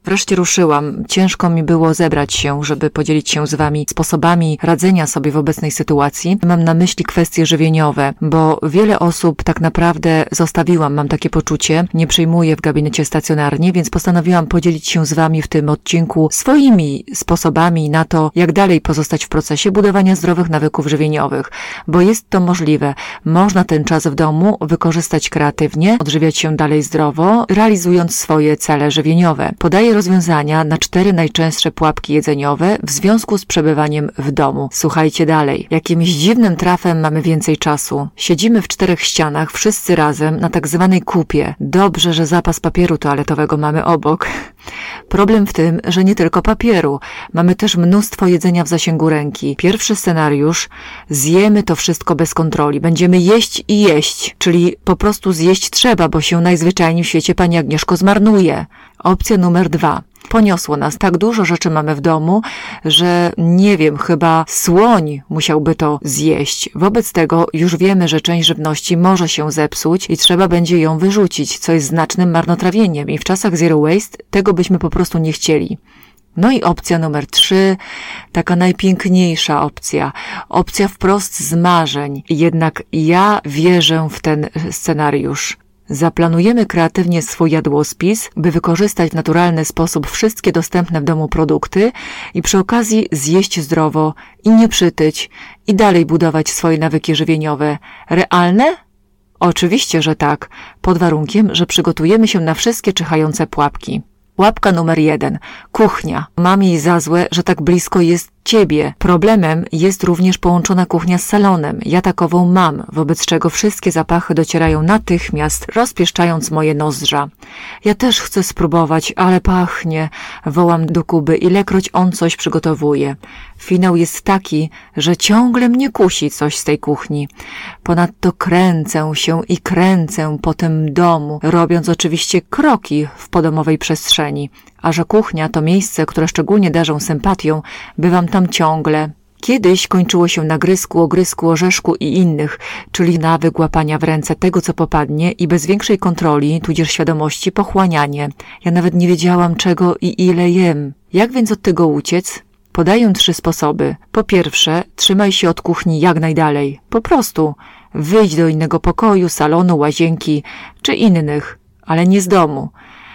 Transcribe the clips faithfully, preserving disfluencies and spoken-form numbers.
Wreszcie ruszyłam. Ciężko mi było zebrać się, żeby podzielić się z wami sposobami radzenia sobie w obecnej sytuacji. Mam na myśli kwestie żywieniowe, bo wiele osób tak naprawdę zostawiłam, mam takie poczucie, nie przyjmuję w gabinecie stacjonarnie, więc postanowiłam podzielić się z wami w tym odcinku swoimi sposobami na to, jak dalej pozostać w procesie budowania zdrowych nawyków żywieniowych, bo jest to możliwe. Można ten czas w domu wykorzystać kreatywnie, odżywiać się dalej zdrowo, realizując swoje cele żywieniowe. Podaję rozwiązania na cztery najczęstsze pułapki jedzeniowe w związku z przebywaniem w domu. Słuchajcie dalej. Jakimś dziwnym trafem mamy więcej czasu. Siedzimy w czterech ścianach, wszyscy razem, na tak zwanej kupie. Dobrze, że zapas papieru toaletowego mamy obok. Problem w tym, że nie tylko papieru. Mamy też mnóstwo jedzenia w zasięgu ręki. Pierwszy scenariusz. Zjemy to wszystko bez kontroli. Będziemy jeść i jeść. Czyli po prostu zjeść trzeba, bo się najzwyczajniej w świecie, pani Agnieszko, zmarnuje. Opcja numer dwa. Poniosło nas. Tak dużo rzeczy mamy w domu, że nie wiem, chyba słoń musiałby to zjeść. Wobec tego już wiemy, że część żywności może się zepsuć i trzeba będzie ją wyrzucić, co jest znacznym marnotrawieniem i w czasach zero waste tego byśmy po prostu nie chcieli. No i opcja numer trzy, taka najpiękniejsza opcja, opcja wprost z marzeń. Jednak ja wierzę w ten scenariusz. Zaplanujemy kreatywnie swój jadłospis, by wykorzystać w naturalny sposób wszystkie dostępne w domu produkty i przy okazji zjeść zdrowo i nie przytyć i dalej budować swoje nawyki żywieniowe. Realne? Oczywiście, że tak, pod warunkiem, że przygotujemy się na wszystkie czyhające pułapki. Pułapka numer jeden. Kuchnia. Mam jej za złe, że tak blisko jest ciebie. Problemem jest również połączona kuchnia z salonem. Ja takową mam, wobec czego wszystkie zapachy docierają natychmiast, rozpieszczając moje nozdrza. Ja też chcę spróbować, ale pachnie. Wołam do Kuby, ilekroć on coś przygotowuje. Finał jest taki, że ciągle mnie kusi coś z tej kuchni. Ponadto kręcę się i kręcę po tym domu, robiąc oczywiście kroki w podomowej przestrzeni. A że kuchnia to miejsce, które szczególnie darzą sympatią, bywam tam ciągle. Kiedyś kończyło się na grysku, ogrysku, orzeszku i innych, czyli nawyk łapania w ręce tego, co popadnie i bez większej kontroli, tudzież świadomości, pochłanianie. Ja nawet nie wiedziałam, czego i ile jem. Jak więc od tego uciec? Podaję trzy sposoby. Po pierwsze, trzymaj się od kuchni jak najdalej. Po prostu wyjdź do innego pokoju, salonu, łazienki czy innych, ale nie z domu.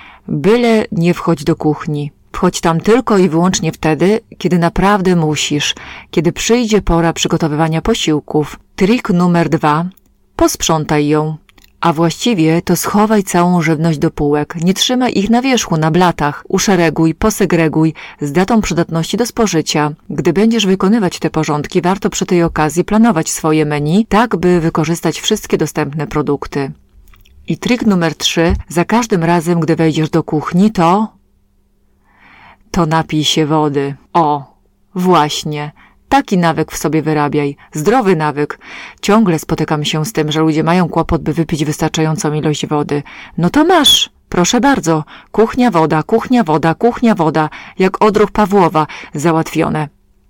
Byle nie wchodź do kuchni. Wchodź tam tylko i wyłącznie wtedy, kiedy naprawdę musisz, kiedy przyjdzie pora przygotowywania posiłków. Trik numer dwa. Posprzątaj ją. A właściwie to schowaj całą żywność do półek. Nie trzymaj ich na wierzchu, na blatach. Uszereguj, posegreguj z datą przydatności do spożycia. Gdy będziesz wykonywać te porządki, warto przy tej okazji planować swoje menu, tak by wykorzystać wszystkie dostępne produkty. I trik numer trzy. Za każdym razem, gdy wejdziesz do kuchni, to... to napij się wody. O, właśnie. Taki nawyk w sobie wyrabiaj. Zdrowy nawyk. Ciągle spotykam się z tym, że ludzie mają kłopot, by wypić wystarczającą ilość wody. No to masz. Proszę bardzo. Kuchnia, woda, kuchnia, woda, kuchnia, woda. Jak odruch Pawłowa. Załatwione.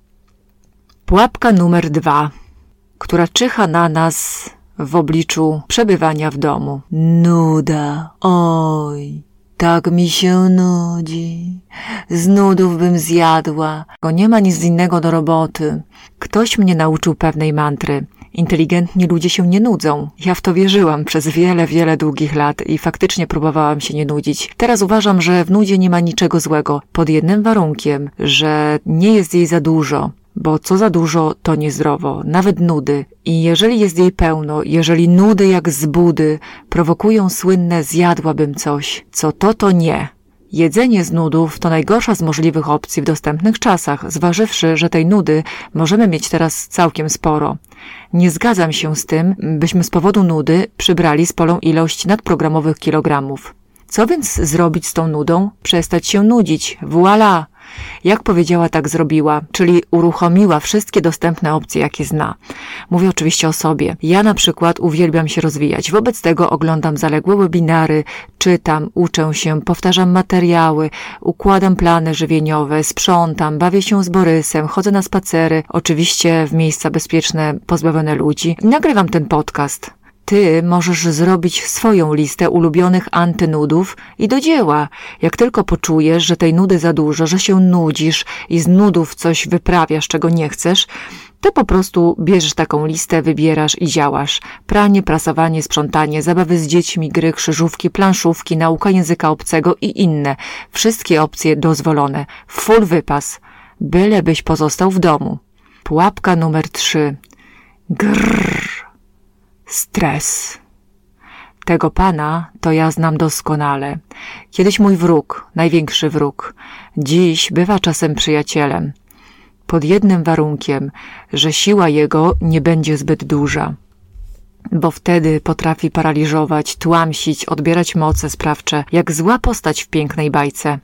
Pułapka numer dwa, która czyha na nas w obliczu przebywania w domu. Nuda. Oj, tak mi się nudzi. Z nudów bym zjadła. Bo nie ma nic innego do roboty. Ktoś mnie nauczył pewnej mantry. Inteligentni ludzie się nie nudzą. Ja w to wierzyłam przez wiele, wiele długich lat i faktycznie próbowałam się nie nudzić. Teraz uważam, że w nudzie nie ma niczego złego. Pod jednym warunkiem, że nie jest jej za dużo. Bo co za dużo, to niezdrowo, nawet nudy. I jeżeli jest jej pełno, jeżeli nudy jak z budy prowokują słynne zjadłabym coś, co to, to nie. Jedzenie z nudów to najgorsza z możliwych opcji w dostępnych czasach, zważywszy, że tej nudy możemy mieć teraz całkiem sporo. Nie zgadzam się z tym, byśmy z powodu nudy przybrali spolą ilość nadprogramowych kilogramów. Co więc zrobić z tą nudą? Przestać się nudzić. Voilà! Jak powiedziała, tak zrobiła, czyli uruchomiła wszystkie dostępne opcje, jakie zna. Mówię oczywiście o sobie. Ja na przykład uwielbiam się rozwijać. Wobec tego oglądam zaległe webinary, czytam, uczę się, powtarzam materiały, układam plany żywieniowe, sprzątam, bawię się z Borysem, chodzę na spacery, oczywiście w miejsca bezpieczne, pozbawione ludzi. Nagrywam ten podcast. Ty możesz zrobić swoją listę ulubionych antynudów i do dzieła. Jak tylko poczujesz, że tej nudy za dużo, że się nudzisz i z nudów coś wyprawiasz, czego nie chcesz, to po prostu bierzesz taką listę, wybierasz i działasz. Pranie, prasowanie, sprzątanie, zabawy z dziećmi, gry, krzyżówki, planszówki, nauka języka obcego i inne. Wszystkie opcje dozwolone. Full wypas. Bylebyś pozostał w domu. Pułapka numer trzy. Grrr. Stres. Tego pana to ja znam doskonale. Kiedyś mój wróg, największy wróg. Dziś bywa czasem przyjacielem. Pod jednym warunkiem, że siła jego nie będzie zbyt duża. Bo wtedy potrafi paraliżować, tłamsić, odbierać moce sprawcze, jak zła postać w pięknej bajce.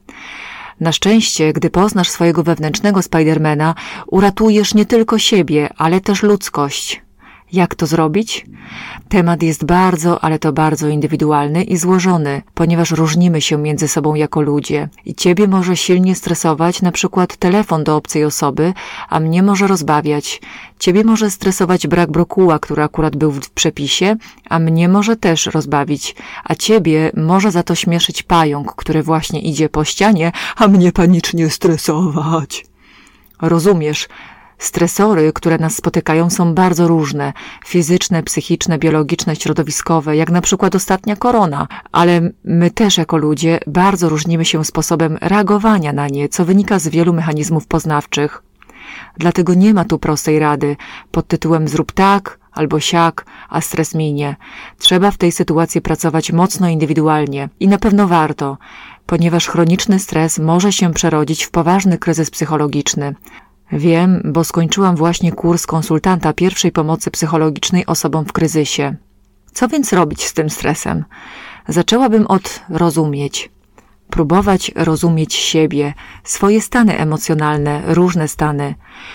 Na szczęście, gdy poznasz swojego wewnętrznego Spidermana, uratujesz nie tylko siebie, ale też ludzkość. Jak to zrobić? Temat jest bardzo, ale to bardzo indywidualny i złożony, ponieważ różnimy się między sobą jako ludzie. I ciebie może silnie stresować na przykład telefon do obcej osoby, a mnie może rozbawiać. Ciebie może stresować brak brokuła, który akurat był w przepisie, a mnie może też rozbawić. A ciebie może za to śmieszyć pająk, który właśnie idzie po ścianie, a mnie panicznie stresować. Rozumiesz? Stresory, które nas spotykają, są bardzo różne. Fizyczne, psychiczne, biologiczne, środowiskowe, jak na przykład ostatnia korona. Ale my też jako ludzie bardzo różnimy się sposobem reagowania na nie, co wynika z wielu mechanizmów poznawczych. Dlatego nie ma tu prostej rady pod tytułem zrób tak albo siak, a stres minie. Trzeba w tej sytuacji pracować mocno indywidualnie i na pewno warto, ponieważ chroniczny stres może się przerodzić w poważny kryzys psychologiczny. Wiem, bo skończyłam właśnie kurs konsultanta pierwszej pomocy psychologicznej osobom w kryzysie. Co więc robić z tym stresem? Zaczęłabym od rozumieć. Próbować rozumieć siebie, swoje stany emocjonalne, różne stany.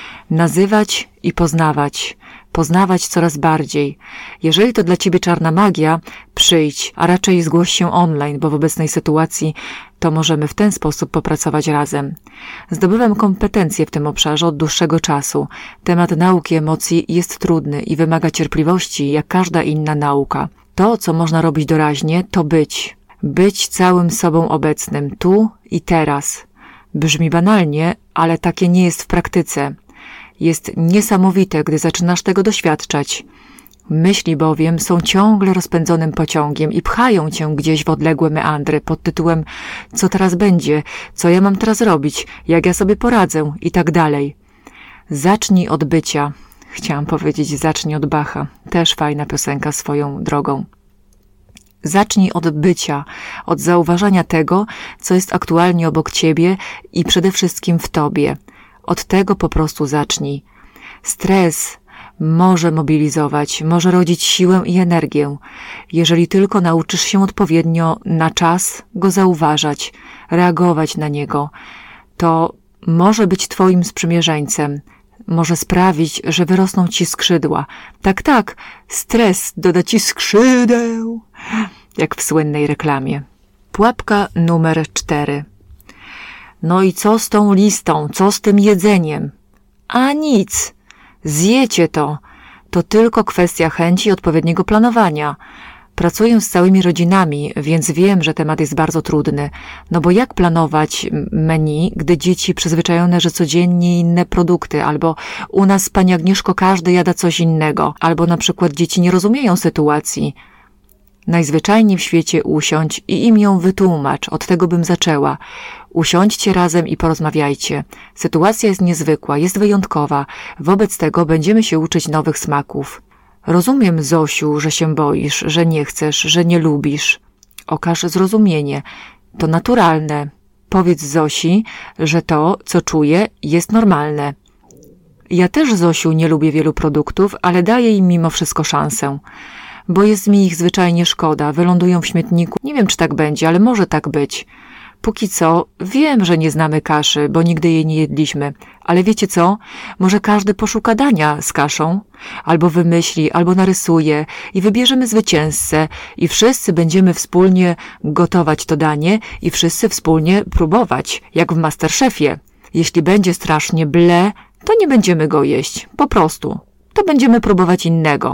Nazywać i poznawać. Poznawać coraz bardziej. Jeżeli to dla ciebie czarna magia, przyjdź, a raczej zgłoś się online, bo w obecnej sytuacji to możemy w ten sposób popracować razem. Zdobywam kompetencje w tym obszarze od dłuższego czasu. Temat nauki emocji jest trudny i wymaga cierpliwości, jak każda inna nauka. To, co można robić doraźnie, to być. Być całym sobą obecnym, tu i teraz. Brzmi banalnie, ale takie nie jest w praktyce. Jest niesamowite, gdy zaczynasz tego doświadczać. Myśli bowiem są ciągle rozpędzonym pociągiem i pchają cię gdzieś w odległe meandry pod tytułem co teraz będzie, co ja mam teraz robić, jak ja sobie poradzę i tak dalej. Zacznij od bycia. Chciałam powiedzieć zacznij od Bacha. Też fajna piosenka swoją drogą. Zacznij od bycia, od zauważania tego, co jest aktualnie obok ciebie i przede wszystkim w tobie. Od tego po prostu zacznij. Stres może mobilizować, może rodzić siłę i energię. Jeżeli tylko nauczysz się odpowiednio na czas go zauważać, reagować na niego, to może być twoim sprzymierzeńcem. Może sprawić, że wyrosną ci skrzydła. Tak, tak, stres doda ci skrzydeł, jak w słynnej reklamie. Pułapka numer cztery. No i co z tą listą? Co z tym jedzeniem? A nic. Zjecie to. To tylko kwestia chęci i odpowiedniego planowania. Pracuję z całymi rodzinami, więc wiem, że temat jest bardzo trudny. No bo jak planować menu, gdy dzieci przyzwyczajone, że codziennie inne produkty, albo u nas, pani Agnieszko, każdy jada coś innego, albo na przykład dzieci nie rozumieją sytuacji. Najzwyczajniej w świecie usiądź i im ją wytłumacz. Od tego bym zaczęła. Usiądźcie razem i porozmawiajcie. Sytuacja jest niezwykła, jest wyjątkowa. Wobec tego będziemy się uczyć nowych smaków. Rozumiem, Zosiu, że się boisz, że nie chcesz, że nie lubisz. Okaż zrozumienie. To naturalne. Powiedz Zosi, że to, co czuje, jest normalne. Ja też, Zosiu, nie lubię wielu produktów, ale daję im mimo wszystko szansę. Bo jest mi ich zwyczajnie szkoda, wylądują w śmietniku. Nie wiem, czy tak będzie, ale może tak być. Póki co wiem, że nie znamy kaszy, bo nigdy jej nie jedliśmy. Ale wiecie co? Może każdy poszuka dania z kaszą? Albo wymyśli, albo narysuje i wybierzemy zwycięzcę i wszyscy będziemy wspólnie gotować to danie i wszyscy wspólnie próbować, jak w Masterchefie. Jeśli będzie strasznie ble, to nie będziemy go jeść. Po prostu. To będziemy próbować innego.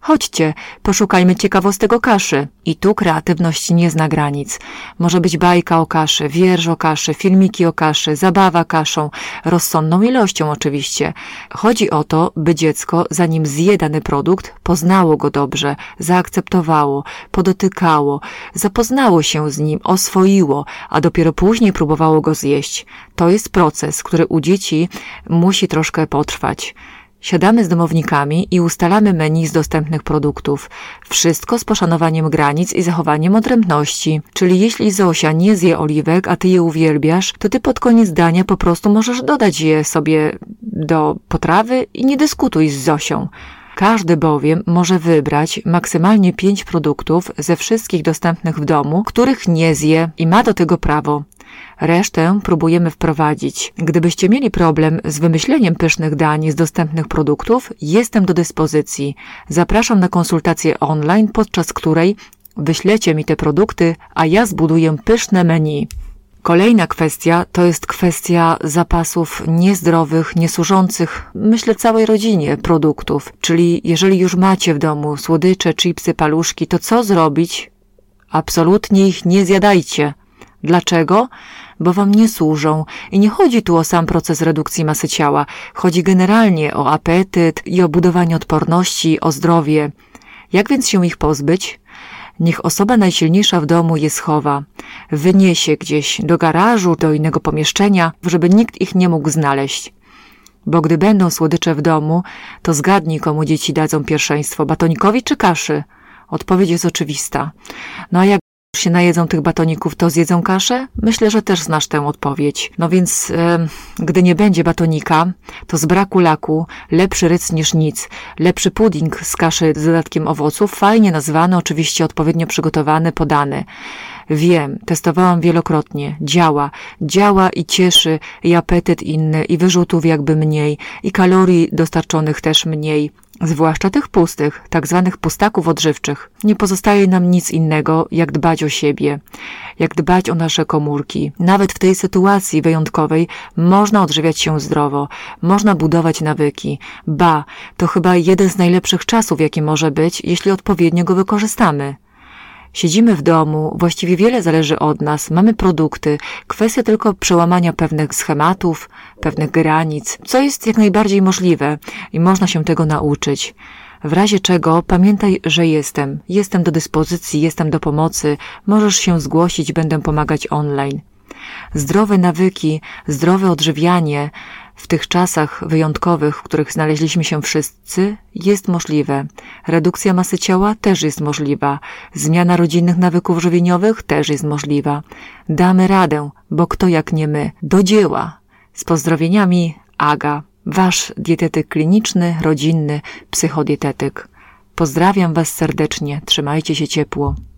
Chodźcie, poszukajmy ciekawostek o kaszy. I tu kreatywność nie zna granic. Może być bajka o kaszy, wiersz o kaszy, filmiki o kaszy, zabawa kaszą, rozsądną ilością oczywiście. Chodzi o to, by dziecko, zanim zje dany produkt, poznało go dobrze, zaakceptowało, podotykało, zapoznało się z nim, oswoiło, a dopiero później próbowało go zjeść. To jest proces, który u dzieci musi troszkę potrwać. Siadamy z domownikami i ustalamy menu z dostępnych produktów. Wszystko z poszanowaniem granic i zachowaniem odrębności. Czyli jeśli Zosia nie zje oliwek, a ty je uwielbiasz, to ty pod koniec dania po prostu możesz dodać je sobie do potrawy i nie dyskutuj z Zosią. Każdy bowiem może wybrać maksymalnie pięć produktów ze wszystkich dostępnych w domu, których nie zje i ma do tego prawo. Resztę próbujemy wprowadzić. Gdybyście mieli problem z wymyśleniem pysznych dań z dostępnych produktów, jestem do dyspozycji. Zapraszam na konsultację online, podczas której wyślecie mi te produkty, a ja zbuduję pyszne menu. Kolejna kwestia to jest kwestia zapasów niezdrowych, niesłużących, myślę, całej rodzinie produktów. Czyli jeżeli już macie w domu słodycze, chipsy, paluszki, to co zrobić? Absolutnie ich nie zjadajcie. Dlaczego? Bo wam nie służą. I nie chodzi tu o sam proces redukcji masy ciała. Chodzi generalnie o apetyt i o budowanie odporności, o zdrowie. Jak więc się ich pozbyć? Niech osoba najsilniejsza w domu je schowa. Wyniesie gdzieś do garażu, do innego pomieszczenia, żeby nikt ich nie mógł znaleźć. Bo gdy będą słodycze w domu, to zgadnij, komu dzieci dadzą pierwszeństwo, batonikowi czy kaszy? Odpowiedź jest oczywista. No a jak się najedzą tych batoników, to zjedzą kaszę? Myślę, że też znasz tę odpowiedź. No więc, e, gdy nie będzie batonika, to z braku laku lepszy ryc niż nic. Lepszy pudding z kaszy z dodatkiem owoców, fajnie nazwany, oczywiście odpowiednio przygotowany, podany. Wiem, testowałam wielokrotnie. Działa. Działa i cieszy, i apetyt inny, i wyrzutów jakby mniej, i kalorii dostarczonych też mniej. Zwłaszcza tych pustych, tak zwanych pustaków odżywczych. Nie pozostaje nam nic innego, jak dbać o siebie, jak dbać o nasze komórki. Nawet w tej sytuacji wyjątkowej można odżywiać się zdrowo, można budować nawyki. Ba, to chyba jeden z najlepszych czasów, jaki może być, jeśli odpowiednio go wykorzystamy. Siedzimy w domu, właściwie wiele zależy od nas, mamy produkty, kwestia tylko przełamania pewnych schematów, pewnych granic, co jest jak najbardziej możliwe i można się tego nauczyć. W razie czego pamiętaj, że jestem. Jestem do dyspozycji, jestem do pomocy, możesz się zgłosić, będę pomagać online. Zdrowe nawyki, zdrowe odżywianie w tych czasach wyjątkowych, w których znaleźliśmy się wszyscy, jest możliwe. Redukcja masy ciała też jest możliwa. Zmiana rodzinnych nawyków żywieniowych też jest możliwa. Damy radę, bo kto jak nie my. Do dzieła. Z pozdrowieniami, Aga. Wasz dietetyk kliniczny, rodzinny, psychodietetyk. Pozdrawiam was serdecznie. Trzymajcie się ciepło.